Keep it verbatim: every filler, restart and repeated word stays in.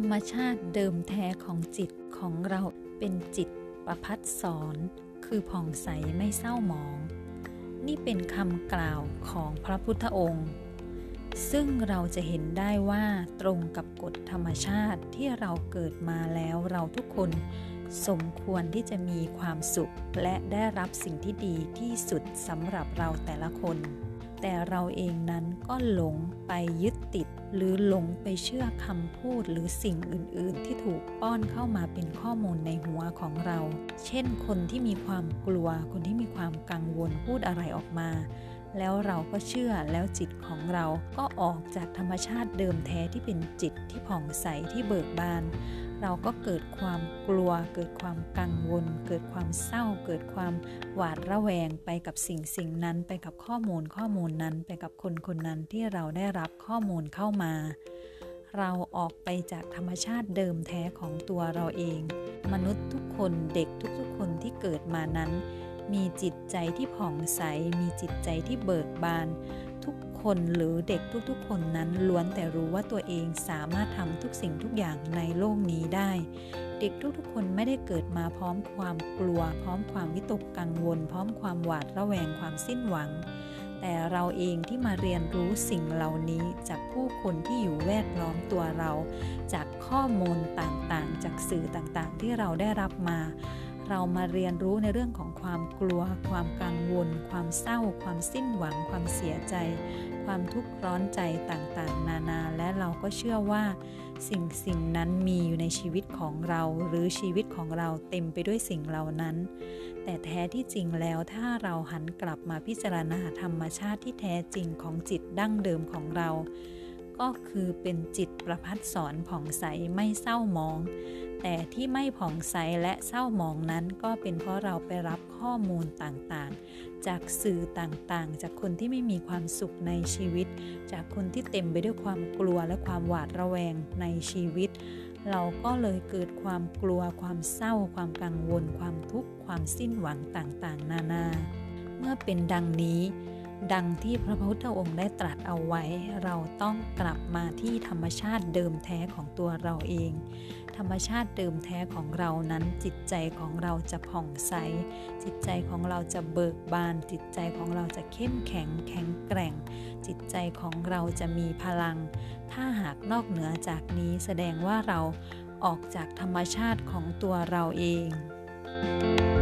รมชาติเดิมแท้ของจิตของเราเป็นจิตประภัสสรคือผ่องใสไม่เศร้าหมองนี่เป็นคำกล่าวของพระพุทธองค์ซึ่งเราจะเห็นได้ว่าตรงกับกฎธรรมชาติที่เราเกิดมาแล้วเราทุกคนสมควรที่จะมีความสุขและได้รับสิ่งที่ดีที่สุดสำหรับเราแต่ละคนแต่เราเองนั้นก็หลงไปยึดติดหรือหลงไปเชื่อคำพูดหรือสิ่งอื่นๆที่ถูกป้อนเข้ามาเป็นข้อมูลในหัวของเราเช่นคนที่มีความกลัวคนที่มีความกังวลพูดอะไรออกมาแล้วเราก็เชื่อแล้วจิตของเราก็ออกจากธรรมชาติเดิมแท้ที่เป็นจิตที่ผ่องใสที่เบิกบานเราก็เกิดความกลัวเกิดความกังวลเกิดความเศร้าเกิดความหวาดระแวงไปกับสิ่งสิ่งนั้นไปกับข้อมูลข้อมูลนั้นไปกับคนคนนั้นที่เราได้รับข้อมูลเข้ามาเราออกไปจากธรรมชาติเดิมแท้ของตัวเราเองมนุษย์ทุกคนเด็กทุกๆคนที่เกิดมานั้นมีจิตใจที่ผ่องใสมีจิตใจที่เบิกบานทุกคนหรือเด็กทุกๆคนนั้นล้วนแต่รู้ว่าตัวเองสามารถทำทุกสิ่งทุกอย่างในโลกนี้ได้เด็กทุกๆคนไม่ได้เกิดมาพร้อมความกลัวพร้อมความวิตกกังวลพร้อมความหวาดระแวงความสิ้นหวังแต่เราเองที่มาเรียนรู้สิ่งเหล่านี้จากผู้คนที่อยู่แวดล้อมตัวเราจากข้อมูลต่างๆจากสื่อต่างๆที่เราได้รับมาเรามาเรียนรู้ในเรื่องของความกลัวความกังวลความเศร้าความสิ้นหวังความเสียใจความทุกข์ร้อนใจต่างๆนานาและเราก็เชื่อว่าสิ่งสิ่งนั้นมีอยู่ในชีวิตของเราหรือชีวิตของเราเต็มไปด้วยสิ่งเหล่านั้นแต่แท้ที่จริงแล้วถ้าเราหันกลับมาพิจารณาธรรมชาติที่แท้จริงของจิตดั้งเดิมของเราก็คือเป็นจิตประภัสสรผ่องใสไม่เศร้าหมองแต่ที่ไม่ผ่องใสและเศร้าหมองนั้นก็เป็นเพราะเราไปรับข้อมูลต่างๆจากสื่อต่างๆจากคนที่ไม่มีความสุขในชีวิตจากคนที่เต็มไปด้วยความกลัวและความหวาดระแวงในชีวิตเราก็เลยเกิดความกลัวความเศร้าความกังวลความทุกข์ความสิ้นหวังต่างๆนานาเมื่อเป็นดังนี้ดังที่พระพุทธองค์ได้ตรัสเอาไว้เราต้องกลับมาที่ธรรมชาติเดิมแท้ของตัวเราเองธรรมชาติเดิมแท้ของเรานั้นจิตใจของเราจะผ่องใสจิตใจของเราจะเบิกบานจิตใจของเราจะเข้มแข็งแข็งแกร่งจิตใจของเราจะมีพลังถ้าหากนอกเหนือจากนี้แสดงว่าเราออกจากธรรมชาติของตัวเราเอง